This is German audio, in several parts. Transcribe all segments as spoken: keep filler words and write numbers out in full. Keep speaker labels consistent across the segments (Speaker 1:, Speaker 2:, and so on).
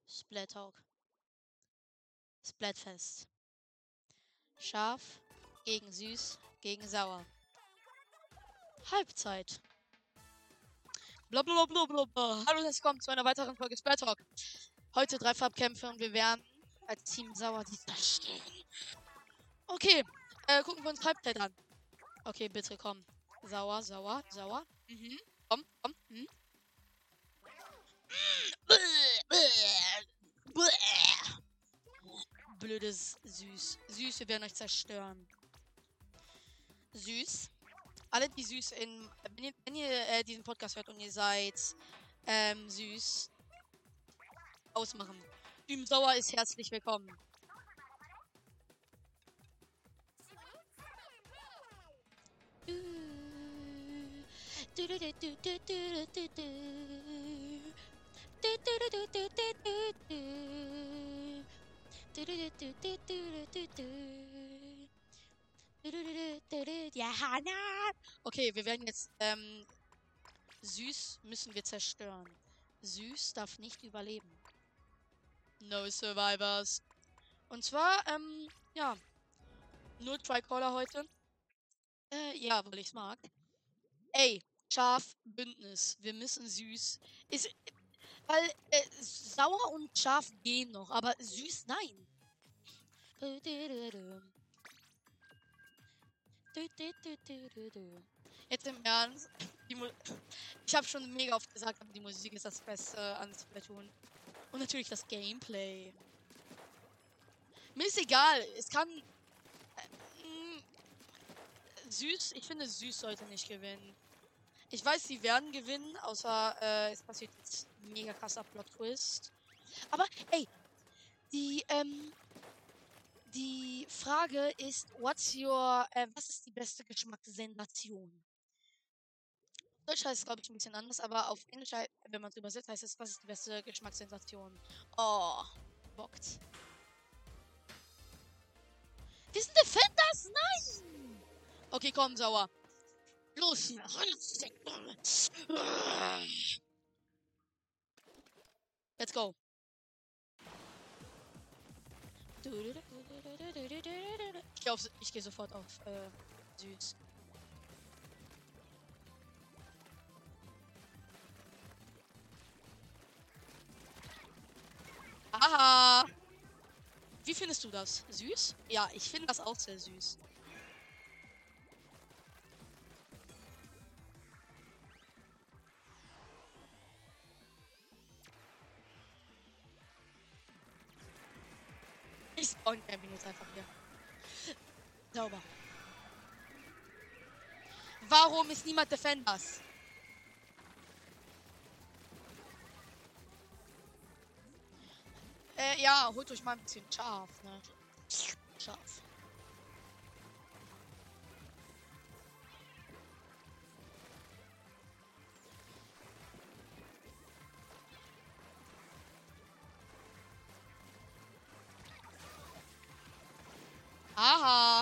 Speaker 1: Splattalk. Splatfest. Scharf gegen süß gegen sauer. Halbzeit. Blablabla. Hallo, es kommt zu einer weiteren Folge Splattalk. Heute drei Farbkämpfe und wir werden als Team Sauer die zerstören. Okay, äh, gucken wir uns Halbzeit an. Okay, bitte komm. Sauer, sauer, sauer. Mhm. Komm, komm. Mhm. Blödes Süß. Süß, wir werden euch zerstören. Süß. Alle, die süß in. Wenn ihr, wenn ihr äh, diesen Podcast hört und ihr seid ähm, süß, ausmachen. Team Sauer ist herzlich willkommen. Ja, Hanna. Okay, wir werden jetzt ähm, süß müssen wir zerstören. Süß darf nicht überleben. No Survivors. Und zwar, ähm, ja, nur Tricolor heute. Äh, ja, weil ich's mag. Ey, scharf, Bündnis. Wir müssen süß. Ist, weil äh, sauer und scharf gehen noch, aber süß nein. Jetzt im Ernst. Die Mu ich habe schon mega oft gesagt, aber die Musik ist das Beste an Splatoon. Und natürlich das Gameplay. Mir ist egal. Es kann. Äh, mh, süß. Ich finde, süß sollte nicht gewinnen. Ich weiß, sie werden gewinnen, außer äh, es passiert jetzt ein mega krasser Plot-Twist. Aber, ey, die, ähm, die Frage ist, what's your, äh, was ist die beste Geschmackssensation? Deutsch heißt es, glaube ich, ein bisschen anders, aber auf Englisch, wenn man es übersetzt, heißt es, was ist die beste Geschmackssensation? Oh, bockt. Wir sind Defenders? Nein! Okay, komm, sauer. Los! Let's go. Ich gehe ich geh sofort auf äh, süß. Aha! Wie findest du das? Süß? Ja, ich finde das auch sehr süß. Ich spawn camping jetzt einfach hier. Sauber. Warum ist niemand Defenders? Äh, ja, holt euch mal ein bisschen scharf, ne? Scharf. Aha.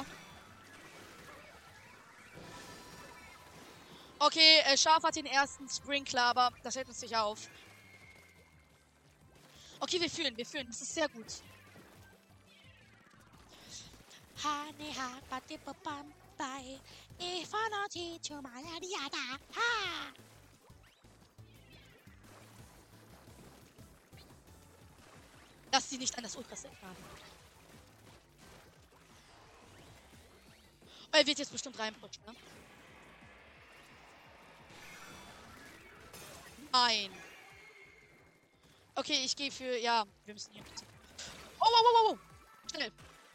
Speaker 1: Okay, äh, Scharf hat den ersten Sprinkler, aber das hält uns nicht auf. Okay, wir führen, wir führen. Das ist sehr gut. Dass sie nicht an das Ultraset haben. Oh, er wird jetzt bestimmt reinputschen, ne? Nein. Okay, ich gehe für. Ja, wir müssen hier. Oh, wow, wow, wow, wow. Schnell.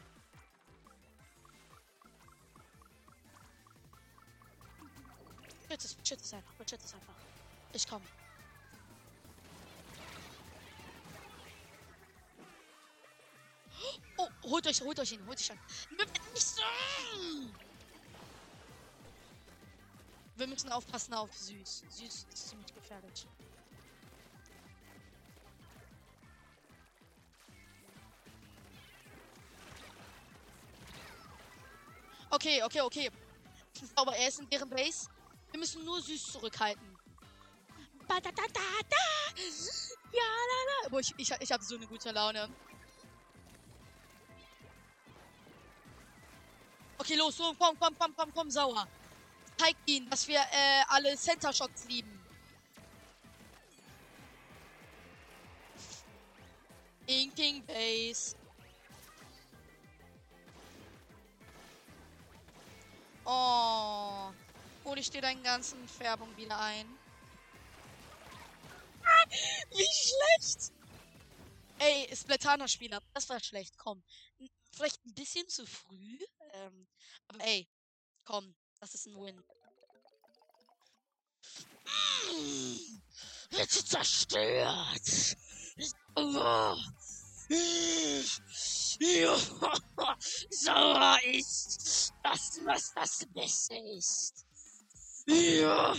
Speaker 1: Shit es, shit es einfach, shit es einfach. Ich komm. Oh, holt euch, holt euch ihn, holt euch ihn. Nicht so. Wir müssen aufpassen auf Süß. Süß ist ziemlich gefährlich. Okay, okay, okay. Aber er ist in deren Base. Wir müssen nur Süß zurückhalten. ba, da, da, da, da. Ja, la, la. Boah, ich, ich, ich habe so eine gute Laune. Okay, los, so, komm, komm, komm, komm, komm, sauer. Zeig ihnen, dass wir äh, alle Center Shocks lieben. Inking Base. Oh. Hol ich dir deinen ganzen Färbung wieder ein. Wie schlecht! Ey, Splatana-Spieler, das war schlecht, komm. N- Vielleicht ein bisschen zu früh. Ähm, aber ey, komm, das ist ein Win. Mm, Wird zerstört. Oh. Ja, sauer ist das, was das Beste ist. Ja.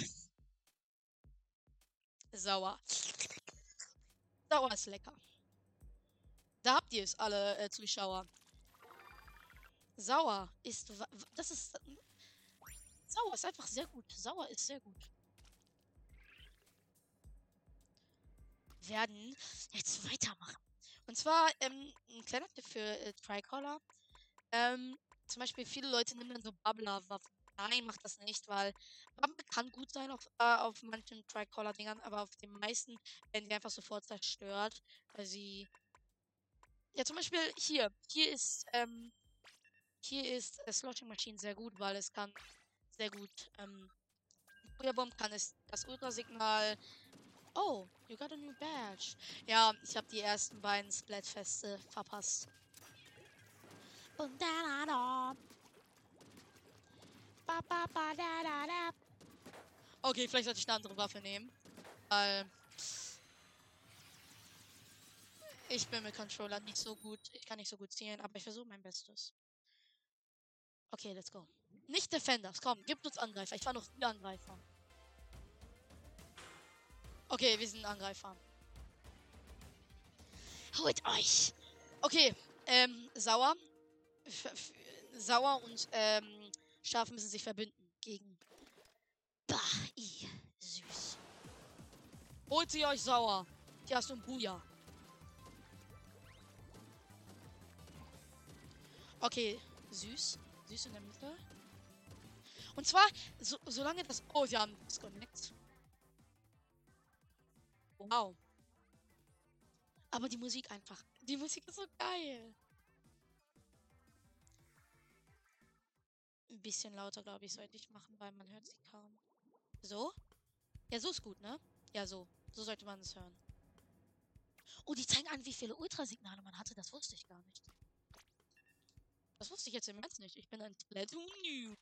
Speaker 1: Sauer. Sauer ist lecker. Da habt ihr es, alle äh, Zuschauer. Sauer ist. Das ist. Sauer ist einfach sehr gut. Sauer ist sehr gut. Werden jetzt weitermachen. Und zwar ähm, ein kleiner Tipp für äh, Tricolor. Ähm, zum Beispiel viele Leute nehmen dann so Bubbler-Waffen. Nein, macht das nicht, weil Bubble kann gut sein auf, äh, auf manchen Tricolor-Dingern, aber auf den meisten werden die einfach sofort zerstört, weil sie. Ja, zum Beispiel hier. Hier ist, ähm, hier ist äh, Sloshing Machine sehr gut, weil es kann sehr gut, ähm, Feuerbomb kann es das Ultrasignal. Oh, you got a new badge. Ja, ich habe die ersten beiden Splatfeste verpasst. Und da, da, da. Ba, ba, ba, da, da, da. Okay, vielleicht sollte ich eine andere Waffe nehmen. Weil ich bin mit Controller nicht so gut. Ich kann nicht so gut zielen, aber ich versuche mein Bestes. Okay, let's go. Nicht Defenders, komm, gibt uns Angreifer. Ich war noch nie Angreifer. Okay, wir sind Angreifer. Holt euch! Okay, ähm, Sauer. F f Sauer und, ähm, Schaf müssen sich verbünden gegen. Bah, i, süß. Holt sie euch, Sauer. Hier hast du ein Buja. Okay, süß. Süß in der Mitte. Und zwar, so, solange das. Oh, sie haben Disconnect. Wow. Aber die Musik einfach. Die Musik ist so geil. Ein bisschen lauter, glaube ich, sollte ich machen, weil man hört sie kaum. So? Ja, so ist gut, ne? Ja, so. So sollte man es hören. Oh, die zeigen an, wie viele Ultrasignale man hatte. Das wusste ich gar nicht. Das wusste ich jetzt im Ernst nicht. Ich bin ein Splatoon-Noob.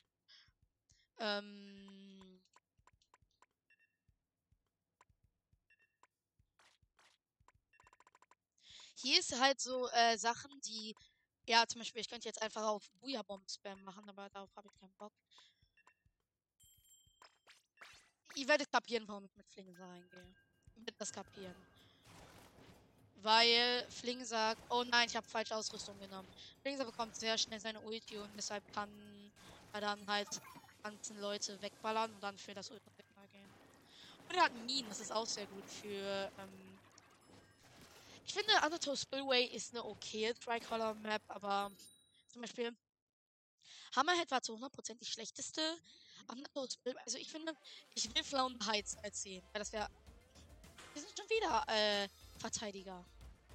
Speaker 1: Ähm. Hier ist halt so äh, Sachen, die. Ja, zum Beispiel, ich könnte jetzt einfach auf Booyah-Bomb Spam machen, aber darauf habe ich keinen Bock. Ihr werdet kapieren, warum ich mit Flingenser reingehe. Ihr werdet das kapieren. Weil Fling sagt, oh nein, ich habe falsche Ausrüstung genommen. Flingenser bekommt sehr schnell seine Ulti und deshalb kann er dann halt ganzen Leute wegballern und dann für das Ultra gehen. Und er hat Minen, das ist auch sehr gut für, ähm ich finde, Undertow Spillway ist eine okay Tricolor Map, aber zum Beispiel Hammerhead war zu hundert Prozent die schlechteste. Undertow Spillway, also ich finde, ich will Flounder Heights erzählen, weil das wäre, wir sind schon wieder, äh, Verteidiger.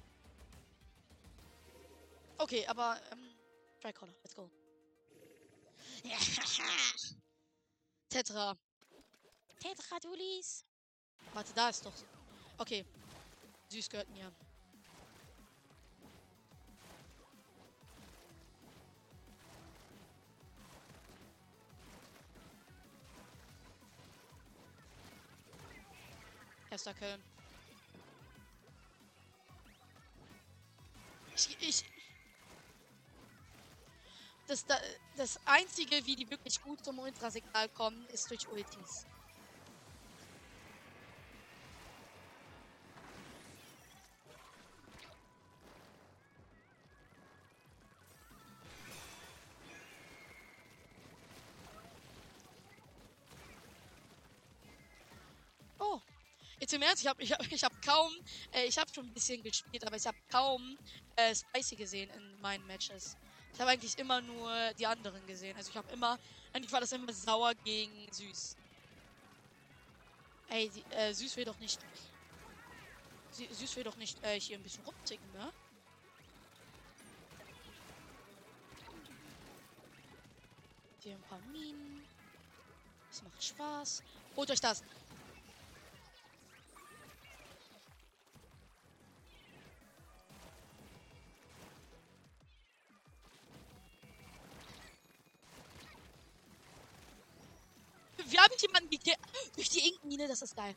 Speaker 1: Okay, aber, ähm, Tricolor, let's go. Tetra. Tetra, Dulis. Warte, da ist doch. Okay, süß gehört mir. Erster Köln. Ich, ich, das, da- das einzige, wie die wirklich gut zum Ultrasignal kommen, ist durch Ultis. Oh, Jetzt im Ernst, ich habe ich hab, ich hab kaum, äh, ich habe schon ein bisschen gespielt, aber ich habe kaum äh, Spicy gesehen in meinen Matches. Ich habe eigentlich immer nur die anderen gesehen. Also ich habe immer, eigentlich war das immer sauer gegen süß. Ey, die, äh, süß will doch nicht, Sü- süß will doch nicht äh, hier ein bisschen rumticken, ne? Hier ein paar Minen. Das macht Spaß. Holt euch das. Wir haben jemanden gekillt. Durch die Inkmine, das ist geil.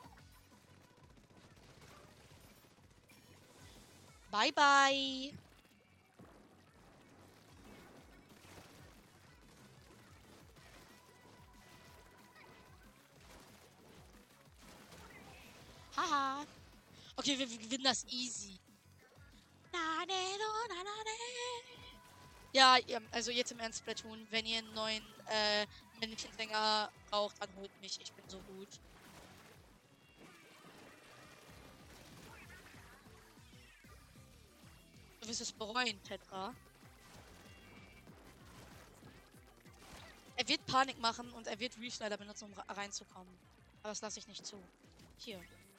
Speaker 1: Bye, bye. Haha. Okay, wir, wir gewinnen das easy. Ja, ja, also jetzt im Ernst, Splatoon, wenn ihr einen neuen äh, Männchensänger braucht, dann holt mich. Ich bin so gut. Du wirst es bereuen, Tetra. Er wird Panik machen und er wird Reefslider benutzen, um reinzukommen. Aber das lasse ich nicht zu. Hier.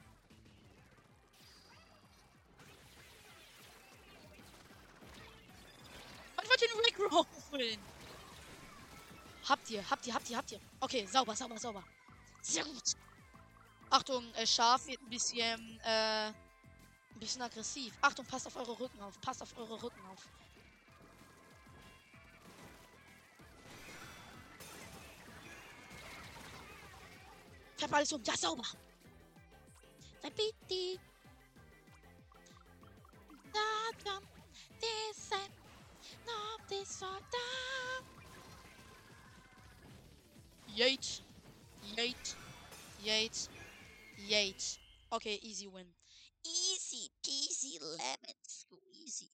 Speaker 1: Ich wollte den Rick rollen. Habt ihr, habt ihr, habt ihr, habt ihr. Okay, sauber, sauber, sauber. Sehr gut. Achtung, äh, Schaf wird ein bisschen, äh, ein bisschen aggressiv. Achtung, passt auf eure Rücken auf. Passt auf eure Rücken auf. Ich hab alles um. Ja, sauber. Da bitte. Da, da. Diese. No, this or da. Yeet. Yeet. Yeet. Yeet. Okay, easy win. Easy peasy lemon squeezy.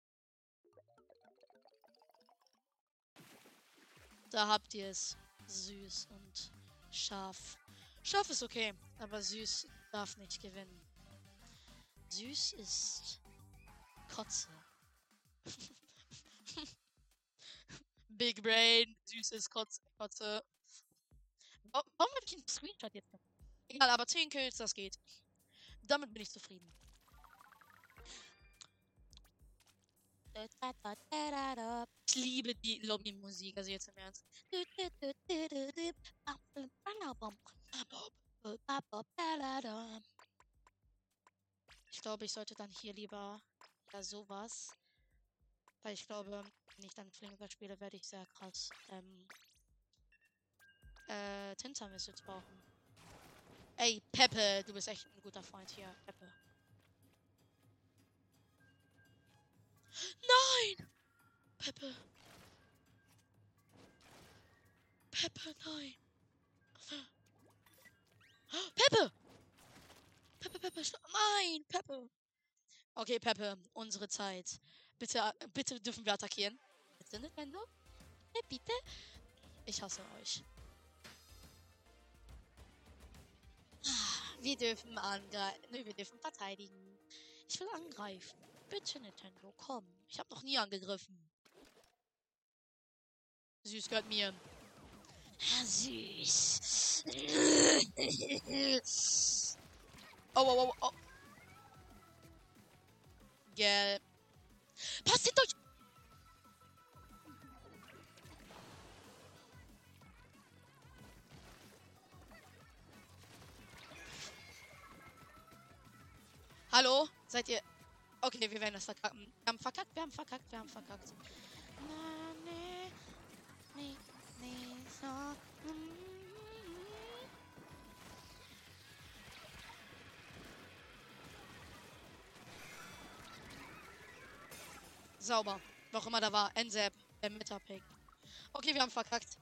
Speaker 1: Da habt ihr es. Süß und scharf. Scharf ist okay, aber süß darf nicht gewinnen. Süß ist Kotze. Big Brain, süß ist Kotze. Kotze. Warum habe ich einen Screenshot jetzt? Egal, aber zehn Kills, das geht. Damit bin ich zufrieden. Ich liebe die Lobbymusik, also jetzt im Ernst. Ich glaube, ich sollte dann hier lieber ja sowas. Weil ich glaube, wenn ich dann Flinker spiele, werde ich sehr krass ähm, äh, Tinta-Missiles brauchen. Ey, Peppe, du bist echt ein guter Freund hier, Peppe. Nein! Peppe. Peppe, nein. Peppe! Peppe, Peppe, nein, Peppe. Okay, Peppe, unsere Zeit. Bitte, bitte dürfen wir attackieren. Bitte, Nintendo? Bitte? Ich hasse euch. Wir dürfen angreifen. Nö, wir dürfen verteidigen. Ich will angreifen. Bitte, Nintendo, komm. Ich habe noch nie angegriffen. Süß gehört mir. Süß. Oh, oh, oh, oh. Gelb. Passiert euch! Hallo? Seid ihr... Okay, wir werden das verkacken. Wir haben verkackt, wir haben verkackt, wir haben verkackt. Na, nee, nee, nee, so. Sauber. Noch immer da war. N-Zap. Der Metapick. Okay, wir haben verkackt.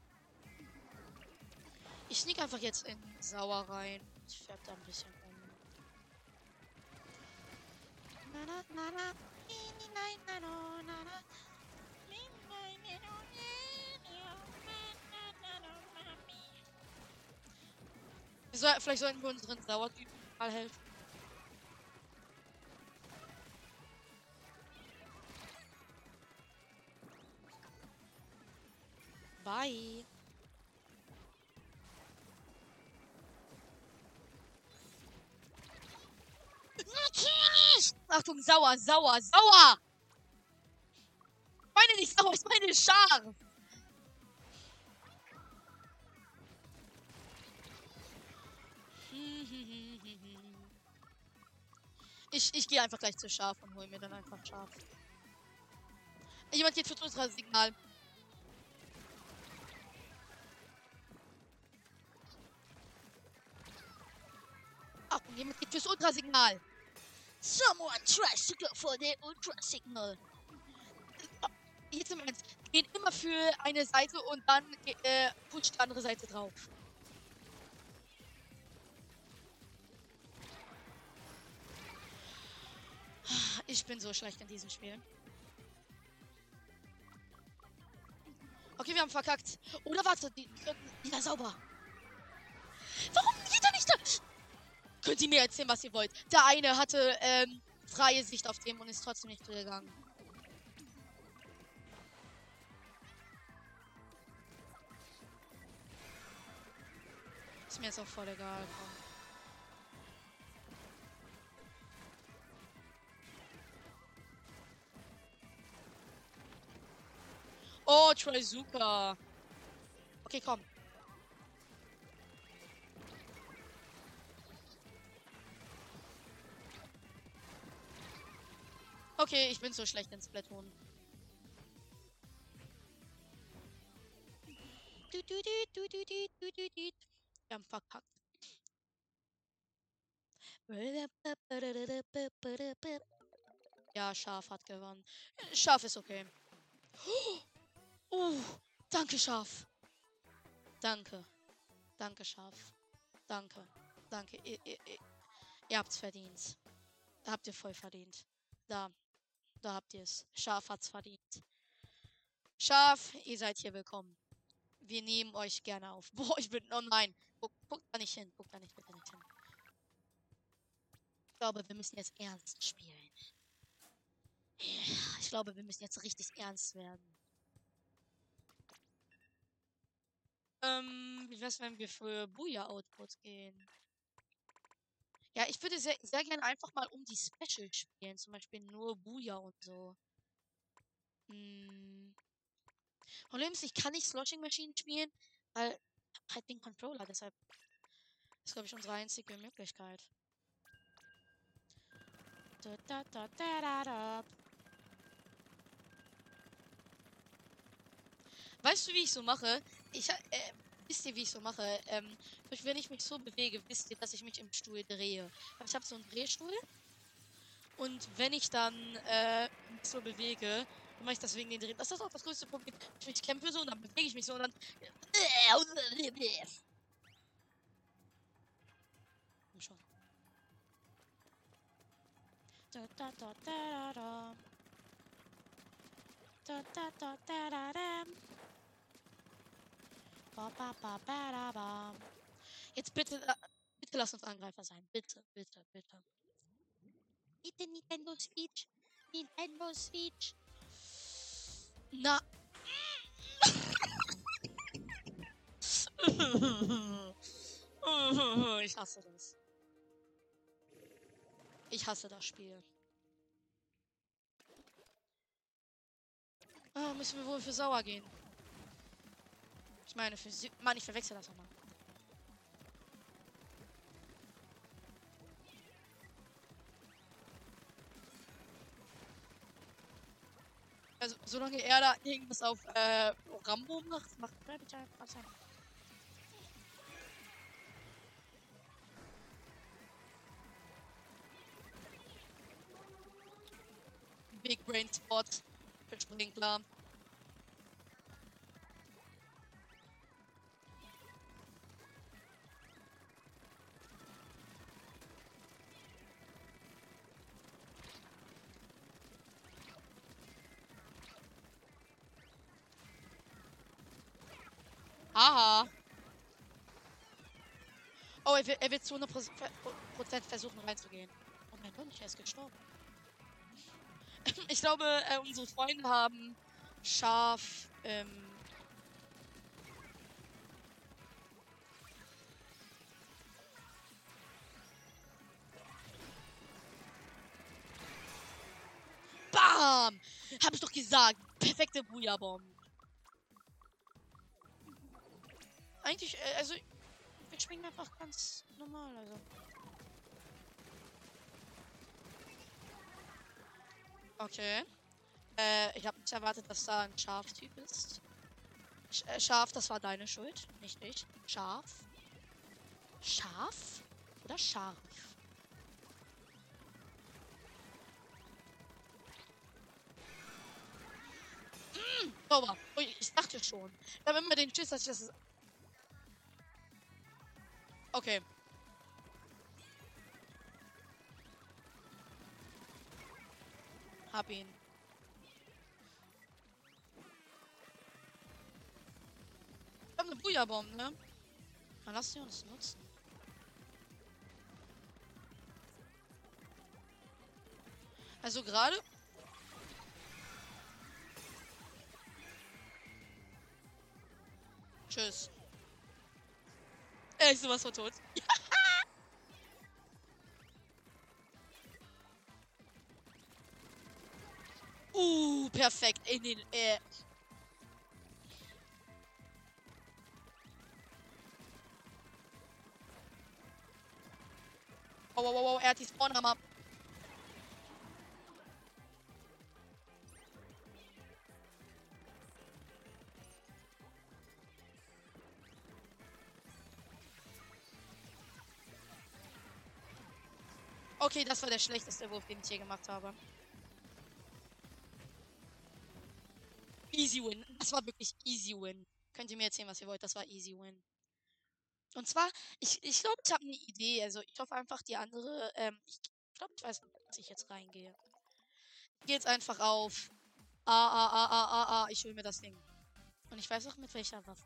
Speaker 1: Ich sneak einfach jetzt in Sauer rein. Ich färbe da ein bisschen um. Wir soll, vielleicht sollten wir unseren Sauertypen Maximalhealth. Bye. Natürlich! Achtung, sauer, sauer, sauer! Ich meine nicht sauer, ich meine scharf. Ich, ich gehe einfach gleich zu scharf und hole mir dann einfach scharf. Jemand geht für Ultrasignal. Achtung, jemand geht fürs Ultrasignal. Someone tries to go for the Ultrasignal. Jetzt im Ernst. Gehen immer für eine Seite und dann äh, pusht die andere Seite drauf. Ich bin so schlecht in diesem Spiel. Okay, wir haben verkackt. Oder warte, die könnten. Ja, sauber. Warum geht er nicht da? Könnt ihr mir erzählen, was ihr wollt. Der eine hatte ähm, freie Sicht auf dem und ist trotzdem nicht gegangen. Ist mir jetzt auch voll egal. Komm. Oh, Trizuka. Okay, komm. Okay, ich bin so schlecht in Splatoon. Wir haben verkackt. Ja, Schaf hat gewonnen. Schaf ist okay. Oh, danke, Schaf. Danke. Danke, Schaf. Danke. Danke. Ihr, ihr, ihr, ihr habt's verdient. Da habt ihr voll verdient. Da. Da habt ihr es. Schaf hat's verdient. Schaf, ihr seid hier willkommen. Wir nehmen euch gerne auf. Boah, ich bin. Oh nein. Guck, guck da nicht hin. Guck da nicht bitte nicht hin. Ich glaube, wir müssen jetzt ernst spielen. Ich glaube, wir müssen jetzt richtig ernst werden. Ähm, wie wär's, wenn wir für Booyah-Output gehen? Ja, ich würde sehr, sehr gerne einfach mal um die Special spielen. Zum Beispiel nur Booyah und so. Hm. Problem ist, ich kann nicht Sloshing Machine spielen, weil halt den Controller, deshalb ist, glaube ich, unsere einzige Möglichkeit. Da, da, da, da, da, da. Weißt du, wie ich so mache? Ich, äh, wisst ihr, wie ich so mache? Ähm, wenn ich mich so bewege, wisst ihr, dass ich mich im Stuhl drehe. Ich habe so einen Drehstuhl. Und wenn ich dann äh, mich so bewege, dann mache ich das wegen den Drehen. Das ist auch das größte Problem. Ich kämpfe so und dann bewege ich mich so und dann. Komm schon. Da, da, da, da, da. Da, da, da, da, da, da. Ba, ba, ba, ba, da, ba. Jetzt bitte, äh, bitte lass uns Angreifer sein. Bitte, bitte, bitte. Bitte Nintendo Switch. Nintendo Switch. Na. Ich hasse das. Ich hasse das Spiel. Ah, müssen wir wohl für sauer gehen. Ich meine, für sie. Mann, ich verwechsel das nochmal. Also, solange er da irgendwas auf äh, Rambo macht, macht er bitte einfach sein. Big Brain Spot für Sprinkler. Aha. Oh, er wird, er wird zu hundert Prozent versuchen reinzugehen. Oh mein Gott, er ist gestorben. Ich glaube, äh, unsere Freunde haben scharf, ähm... Bam! Hab ich doch gesagt. Perfekte Booyah-Bomb. Eigentlich, äh, also... Wir springen einfach ganz normal, also... Okay. Äh, ich habe nicht erwartet, dass da ein Schaf-Typ ist. Sch äh, Schaf, das war deine Schuld, nicht ich. Schaf. Schaf? Oder scharf? Mm, sauber. Ui, ich dachte schon. Ich habe immer den Schiss, dass ich das... Okay. Hab ihn. Ich hab eine Booyah-Bomb, ne? Dann lass sie uns nutzen. Also gerade... Tschüss. Er ist sowas von tot. Uh, perfekt. In den... Äh... Oh, oh, oh, oh, er hat die Spawnhammer. Okay, das war der schlechteste Wurf, den ich hier gemacht habe. Easy Win. Das war wirklich Easy Win. Könnt ihr mir erzählen, was ihr wollt. Das war Easy Win. Und zwar, ich ich, glaube, ich habe eine Idee. Also, ich hoffe einfach, die andere, ähm, ich glaube, ich weiß, dass ich jetzt reingehe. Ich gehe jetzt einfach auf. Ah, ah, ah, ah, ah, ah. Ich hole mir das Ding. Und ich weiß auch mit welcher Waffe.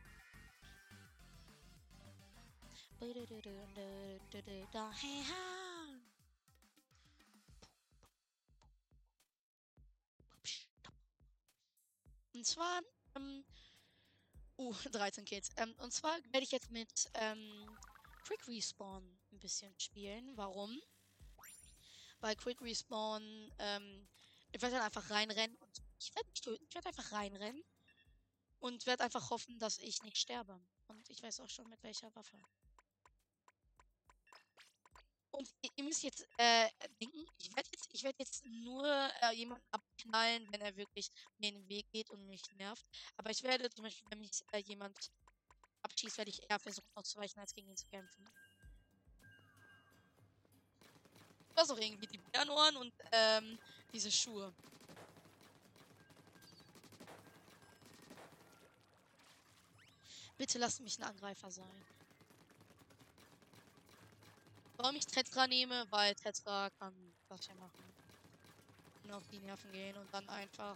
Speaker 1: Und zwar, ähm, uh, dreizehn Kills. Ähm, und zwar werde ich jetzt mit, ähm, Quick Respawn ein bisschen spielen. Warum? Weil Quick Respawn, ähm, ich werde dann einfach reinrennen und ich werde nicht töten, ich werde einfach reinrennen und werde einfach hoffen, dass ich nicht sterbe. Und ich weiß auch schon mit welcher Waffe. Und ihr, ihr müsst jetzt äh, denken, ich werde jetzt, ich werde jetzt nur äh, jemanden abknallen, wenn er wirklich mir in den Weg geht und mich nervt. Aber ich werde zum Beispiel, wenn mich äh, jemand abschießt, werde ich eher versuchen auszuweichen, als gegen ihn zu kämpfen. Das auch irgendwie die Bärenohren und ähm, diese Schuhe. Bitte lasst mich ein Angreifer sein. Warum ich Tetra nehme, weil Tetra kann das ja machen. Und auf die Nerven gehen und dann einfach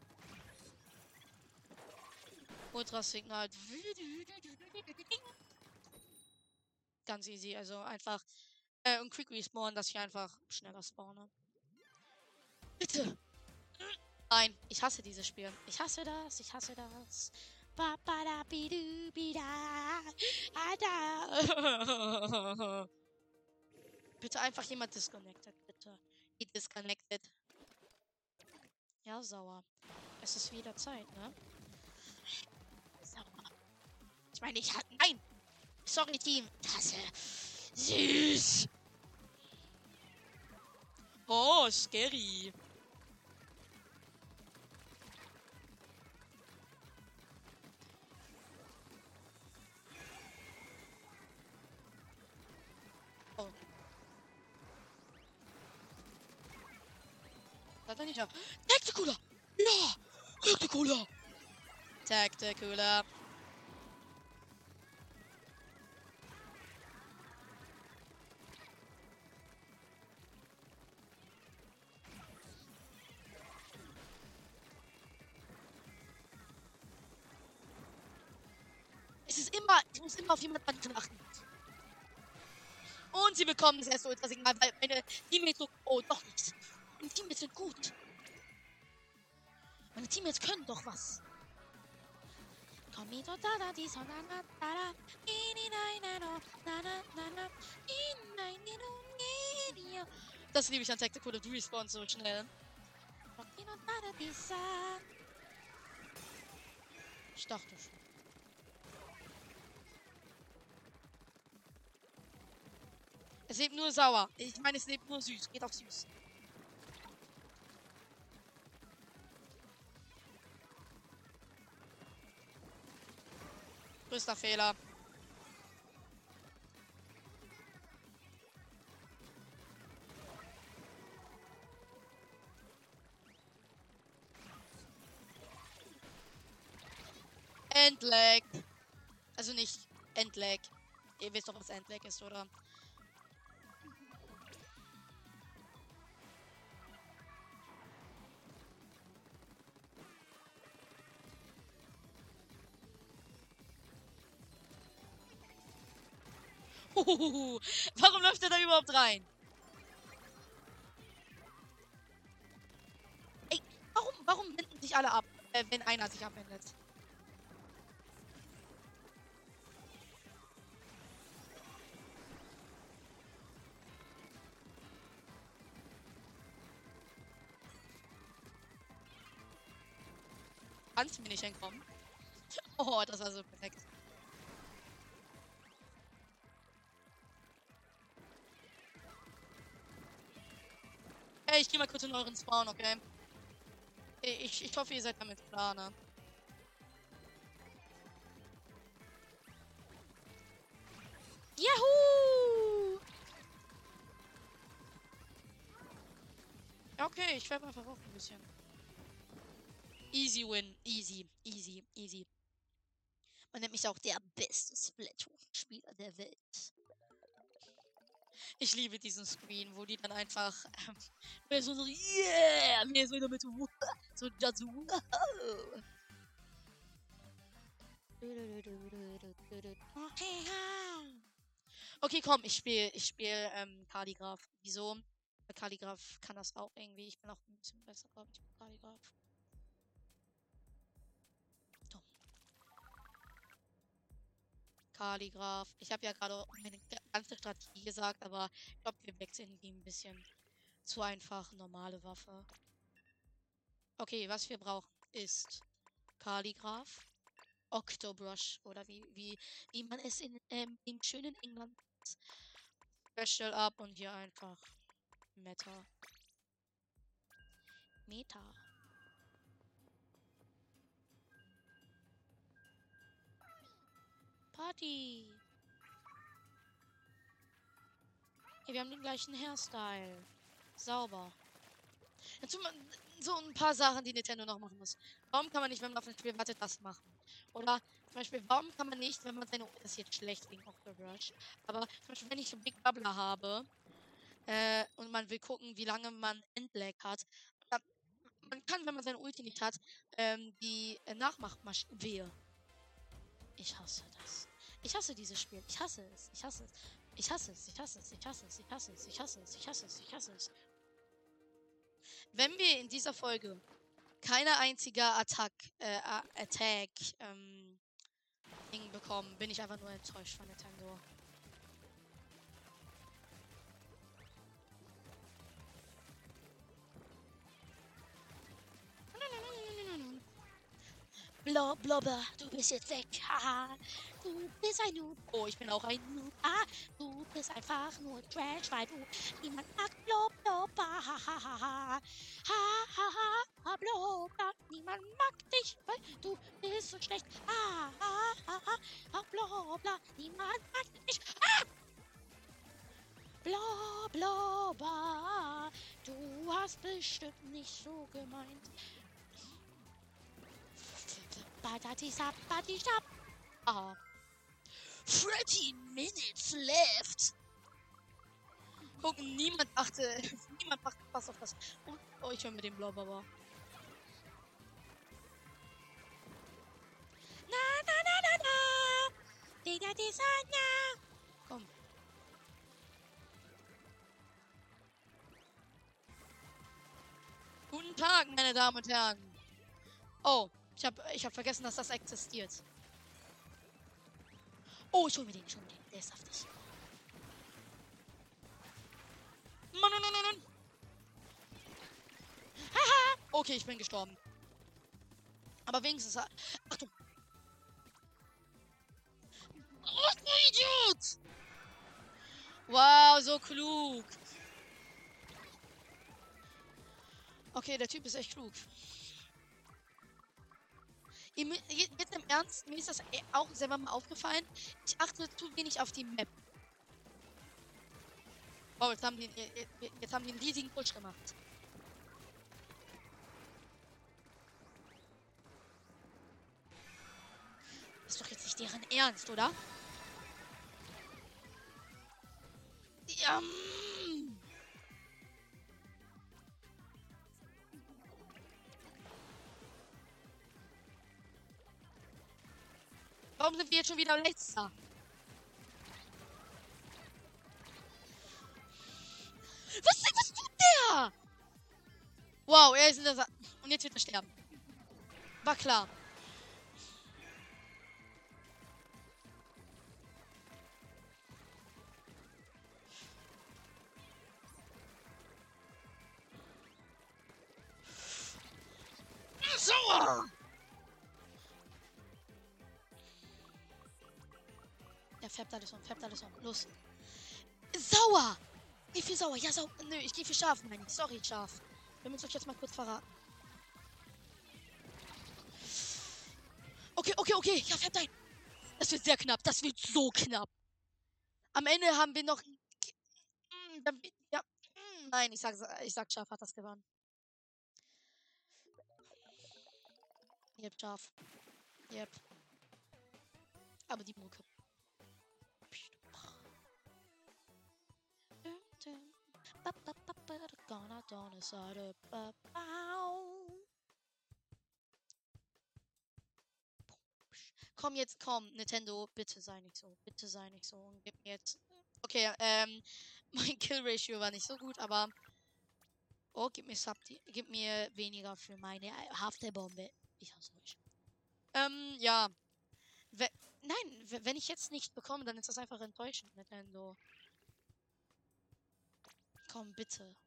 Speaker 1: Ultrasignal. Ganz easy, also einfach äh, und Quick Respawn, dass ich einfach schneller spawne. Bitte! Nein, ich hasse dieses Spiel. Ich hasse das, ich hasse das. Bitte einfach jemand disconnected, bitte. He disconnected. Ja, sauer. Es ist wieder Zeit, ne? Sauer. Ich meine, ich hatte. Nein! Sorry, Team. Ich hasse. Süß! Oh, scary. Oh. Das war nicht ja. Tacticular! Ja! Tacticular! Tacticular. Es ist immer, ich muss immer auf jemanden achten. Und sie bekommen das erste Ultrasignal, weil meine Teammates so... Oh, doch nicht. Meine Teammates sind gut. Meine Teammates können doch was. Das liebe ich an Tactical, du respawnst so schnell. Ich dachte schon. Es lebt nur sauer. Ich meine, es lebt nur süß. Geht auf süß. Größter Fehler. Endlag. Also nicht Endlag. Ihr wisst doch, was Endlag ist, oder? Huhuhu. Warum läuft er da überhaupt rein? Ey, warum, warum wenden sich alle ab, äh, wenn einer sich abwendet? Kannst du mir nicht entkommen? Oh, das war so perfekt. Hey, ich geh mal kurz in euren Spawn, okay? Ich, ich hoffe, ihr seid damit klar, ne? Yahoo! Ja, okay, ich werde einfach auch ein bisschen. Easy win. Easy, easy, easy. Man nennt mich auch der beste Splatoon-Spieler der Welt. Ich liebe diesen Screen, wo die dann einfach ähm, so, so, yeah, mir so damit so, so, so, wow. Okay, komm, ich spiele, ich spiele ähm, Kalligraph. Wieso? Weil Kalligraph kann das auch irgendwie. Ich bin auch ein bisschen besser, glaube ich, mit Kalligraph. Dumm. Kalligraph. Ich habe ja gerade meine ganze Strategie gesagt, aber ich glaube, wir wechseln die ein bisschen. Zu einfach, normale Waffe. Okay, was wir brauchen ist Kalligraph, Octobrush oder wie, wie, wie man es in, ähm, im schönen England nennt. Special Up und hier einfach Meta. Meta. Party. Hey, wir haben den gleichen Hairstyle. Sauber. Dazu ma- so ein paar Sachen, die Nintendo noch machen muss. Warum kann man nicht, wenn man auf ein Spiel wartet, das machen? Oder zum Beispiel, warum kann man nicht, wenn man seine... Das ist jetzt schlecht wegen Octobrush. Aber zum Beispiel, wenn ich einen Big Bubbler habe äh, und man will gucken, wie lange man Endlag hat. Da, man kann, wenn man seine Ulti nicht hat, ähm, die äh, Nachmachmaschine... Wehe. Ich hasse das. Ich hasse dieses Spiel. Ich hasse es. Ich hasse es. Ich hasse es. Ich hasse es. Ich hasse es. Ich hasse es. Ich hasse es. Ich hasse es. Ich hasse es. Wenn wir in dieser Folge keine einzige Attack, äh, Attack, ähm, Ding bekommen, bin ich einfach nur enttäuscht von Nintendo. Blob, Blobber, du bist jetzt weg. Haha. Du bist ein Noob. Oh, ich bin auch ein Noob. Ah, du bist einfach nur Trash, weil du niemand mag. Blob, Blobber. Hahaha. Hahaha. Blobber. Niemand mag dich, weil du bist so schlecht. Ah, ah, ah, ah. Blobber. Niemand mag dich. Ah! Blob, Blobber. Du hast bestimmt nicht so gemeint. Badadisab, badisab. Ah. thirteen minutes left. Gucken, niemand achte. Niemand macht was auf das. Oh, oh ich höre mit dem Blauber. Na, na, na, na, na. Komm. Guten Tag, meine Damen und Herren. Oh, ich habe ich hab vergessen, dass das existiert. Oh, ich hol mir den, ich hol mir den. Der ist saftig. Mann, Mann, Mann, Mann. Haha. Okay, ich bin gestorben. Aber wenigstens... Achtung. Oh, du Idiot! Wow, so klug. Okay, der Typ ist echt klug. Ihr, jetzt im Ernst, mir ist das auch selber mal aufgefallen. Ich achte zu wenig auf die Map. Oh, jetzt haben die, jetzt haben die einen riesigen Push gemacht. Ist doch jetzt nicht deren Ernst, oder? Ja. Mm. Warum sind wir jetzt schon wieder letzter? Was, was tut der? Wow, er ist in der Sa und jetzt wird er sterben. War klar. Sauer! Er färbt alles um, färbt alles um. Los. Sauer! Geh für sauer. Ja, sauer. Nö, ich gehe für scharf, meine ich. Sorry, scharf. Wir müssen euch jetzt mal kurz verraten. Okay, okay, okay. Ja, färbt ein. Das wird sehr knapp. Das wird so knapp. Am Ende haben wir noch... Ja. Nein, ich sag, ich sag scharf hat das gewonnen. Yep, scharf. Yep. Aber die Mucke. Komm jetzt, komm, Nintendo, bitte sei nicht so, bitte sei nicht so und gib mir jetzt... Okay, ähm, mein Kill-Ratio war nicht so gut, aber... Oh, gib mir Sub, gib mir weniger für meine Haftbombe. Ich hasse euch. Ähm, ja. We Nein, wenn ich jetzt nicht bekomme, dann ist das einfach enttäuschend, Nintendo. Komm, bitte.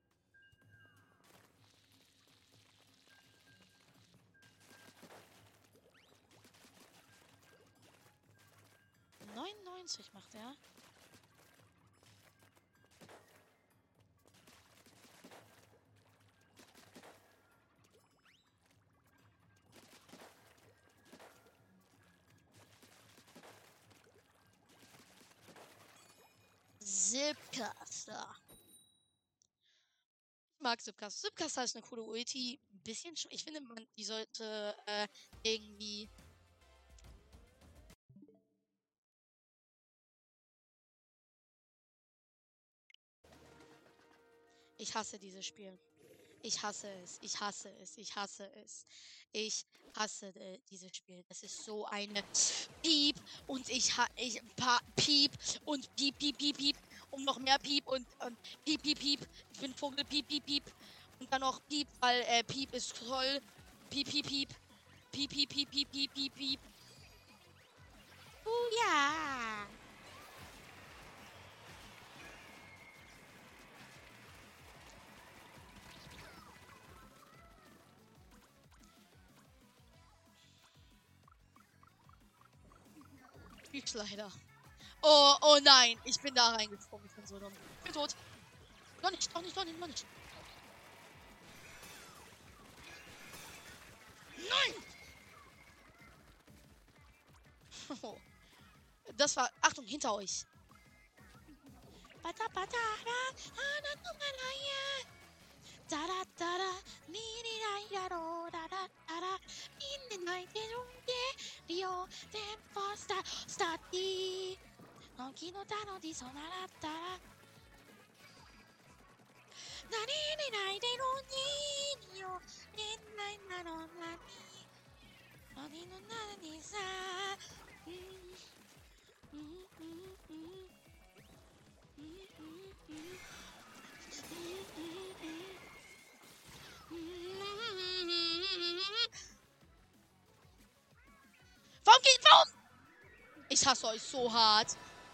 Speaker 1: neunundneunzig macht er. Zipcaster. Ich mag Zipcaster. Zipcaster ist eine coole Ulti. Ein bisschen schon. Ich finde, man, die sollte äh, irgendwie. Ich hasse dieses Spiel. Ich hasse es. Ich hasse es. Ich hasse es. Ich hasse äh, dieses Spiel. Das ist so eine Piep und ich ha ich pa Piep und Piep Piep Piep Piep und noch mehr Piep und, und Piep Piep Piep. Ich bin Vogel Piep Piep Piep und dann noch Piep, weil äh, Piep ist toll. Piep Piep Piep Piep Piep Piep Piep Piep Piep Piep. Oh ja. Leider. Oh, oh nein, ich bin da reingesprungen. Ich bin so dumm. Ich bin tot. Noch nicht, noch nicht, noch nicht, noch nicht. Nein! Oh. Das war... Achtung, hinter euch. Ich hasse euch so hart.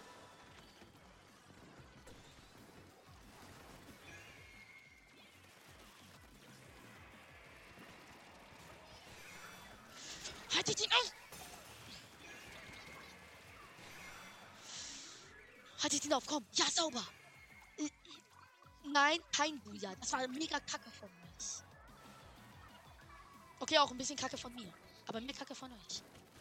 Speaker 1: Haltet ihn auf! Haltet ihn auf, komm. Ja, sauber. Äh, Nein, kein Buja. Das war mega kacke von mich. Okay, auch ein bisschen kacke von mir. Aber mehr kacke von euch.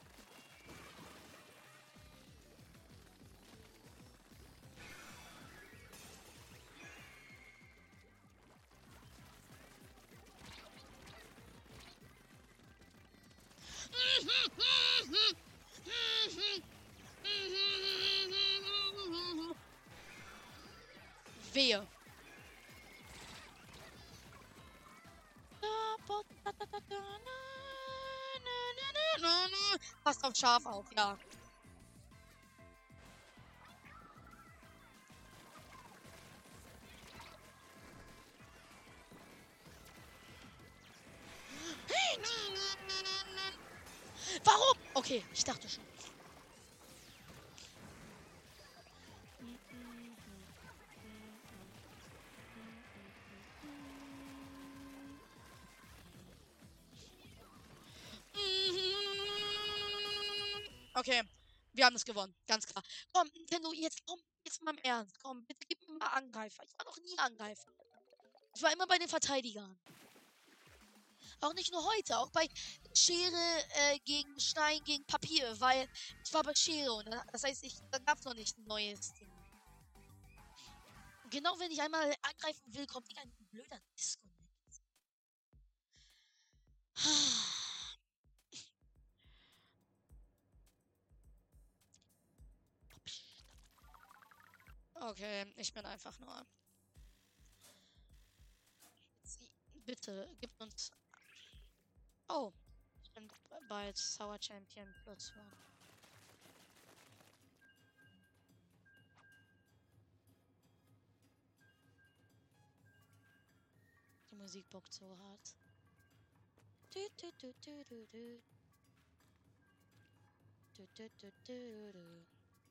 Speaker 1: Wehe. Passt auf Schaf auf, ja. Warum? Okay, ich dachte schon. Okay, wir haben es gewonnen, ganz klar. Komm, Nintendo, jetzt komm, jetzt mal im Ernst. Komm, bitte gib mir mal Angreifer. Ich war noch nie Angreifer. Ich war immer bei den Verteidigern. Auch nicht nur heute, auch bei Schere äh, gegen Stein gegen Papier, weil ich war bei Schere und das heißt, ich, da gab es noch nicht ein neues Ding. Und genau wenn ich einmal angreifen will, kommt ein blöder Disconnect. Okay, ich bin einfach nur. Bitte, gib uns. Oh, ich bin bald Sour Champion Plus One. Die Musik bockt so hart. Du, du, du, du, du, du. Du, du, du, du, du.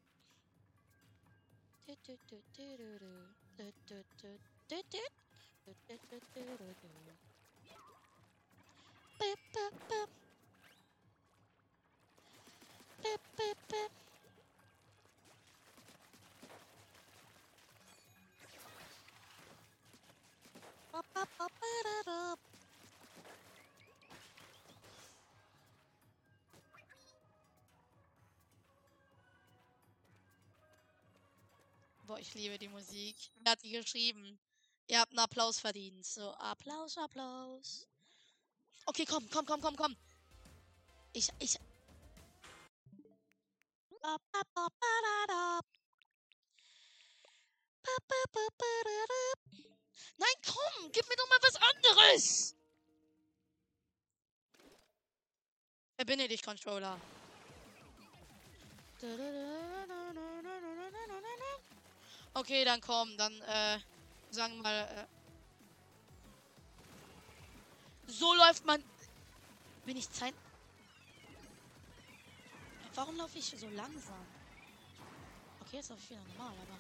Speaker 1: Du, du, du, du, du, du. Du, du, du, du, du. Du, du, du, du, du, du. Bip, bip, bip. Bip, bip, bip. Bop, bop, bop, badadop. Boah, ich liebe die Musik. Wer hat die geschrieben? Ihr habt einen Applaus verdient. So, Applaus, Applaus. Okay, komm, komm, komm, komm, komm. Ich, ich. Bop, bop, bop, badadop. Bop, bop, bop, badadop. Nein, komm, gib mir doch mal was anderes. Verbinde dich, Controller. Okay, dann komm, dann, äh, sagen wir mal, äh, so läuft man. Bin ich Zeit? Warum laufe ich so langsam? Okay, jetzt laufe ich wieder normal, aber.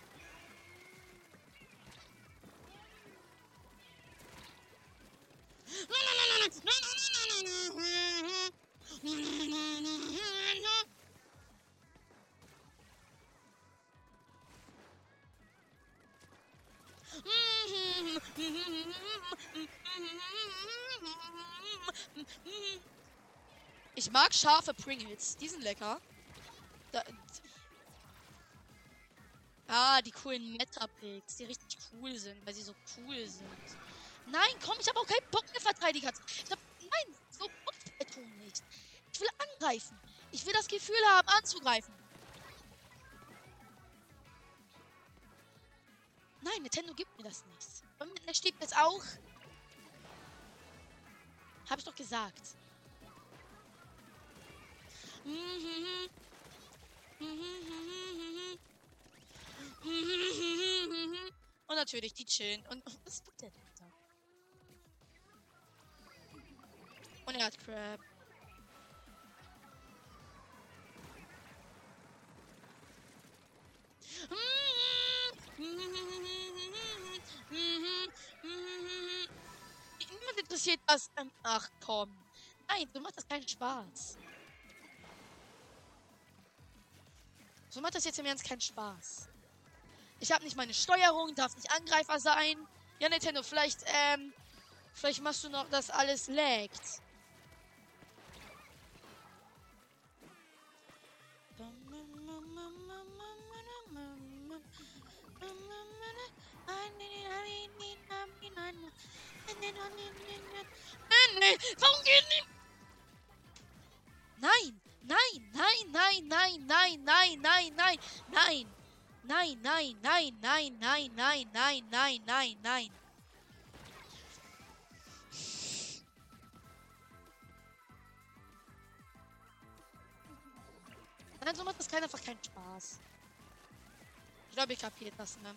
Speaker 1: Ich mag scharfe Pringles. Die sind lecker. Da, ah, die coolen Meta-Picks, die richtig cool sind, weil sie so cool sind. Nein, komm, ich habe auch keinen Bock mehr Verteidiger. Ich hab, nein, so tun nicht. Ich will angreifen. Ich will das Gefühl haben, anzugreifen. Nein, Nintendo gibt mir das nicht. Und der steht jetzt auch. Hab ich doch gesagt. Und natürlich die chillen. Und was tut der denn da? Und er hat Crab. interessiert das? Ähm, ach komm. Nein, so macht das keinen Spaß. So macht das jetzt im Ernst keinen Spaß. Ich habe nicht meine Steuerung, darf nicht Angreifer sein. Ja, Nintendo, vielleicht, ähm, vielleicht machst du noch, dass alles laggt. Warum geht nicht? Nein, nein, nein, nein, nein, nein, nein, nein, nein, nein. Nein, nein, nein, nein, nein, nein, nein, nein, nein, nein. Nein, so macht das kein, einfach keinen Spaß. Ich glaube, ihr kapiert das, ne?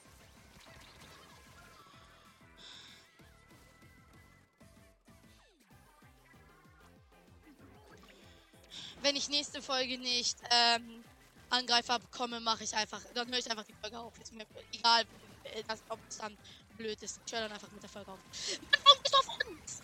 Speaker 1: Wenn ich nächste Folge nicht ähm, Angreifer bekomme, mache ich einfach, dann höre ich einfach die Folge auf. Ist mir egal, äh, das, ob es dann blöd ist. Ich höre dann einfach mit der Folge auf. Mann, warum bist du auf uns?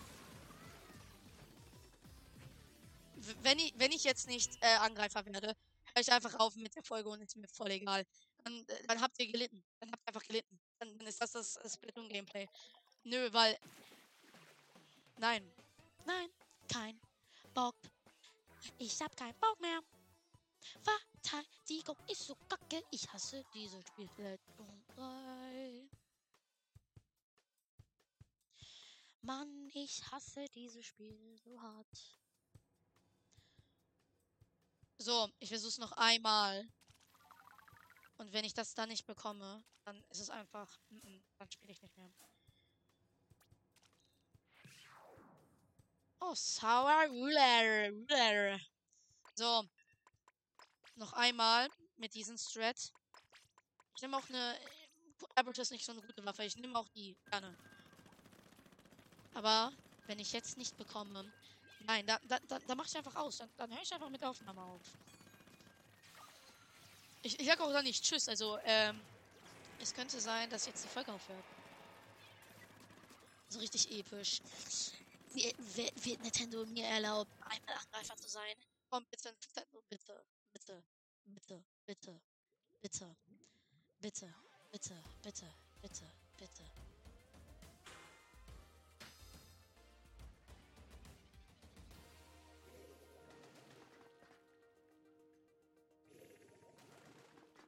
Speaker 1: W- Wenn ich, wenn ich jetzt nicht äh, Angreifer werde, höre ich einfach auf mit der Folge und ist mir voll egal. Dann, äh, dann habt ihr gelitten. Dann habt ihr einfach gelitten. Dann, dann ist das das, das Splatoon-Gameplay. Nö, weil. Nein. Nein. Kein Bock. Ich hab keinen Bock mehr. Verteidigung ist so kacke. Ich hasse dieses Spiel. Splatoon drei. Mann, ich hasse dieses Spiel so hart. So, ich versuch's noch einmal. Und wenn ich das dann nicht bekomme, dann ist es einfach. Mm -mm, dann spiele ich nicht mehr. Oh, Sour Ruler. Ruler. So. Noch einmal mit diesem Strat. Ich nehme auch eine. Abertus ist nicht so eine gute Waffe. Ich nehme auch die gerne. Aber wenn ich jetzt nicht bekomme. Nein, da, da, da, da mache ich einfach aus. Dann, dann höre ich einfach mit der Aufnahme auf. Ich, ich sag auch dann nicht Tschüss. Also, ähm. Es könnte sein, dass jetzt die Folge aufhört. So richtig episch. Wie, wird, wird Nintendo mir erlauben, einmal Angreifer zu sein? Komm, bitte, Nintendo, bitte. Bitte. Bitte. Bitte. Bitte. Bitte. Bitte. Bitte. Bitte. Bitte.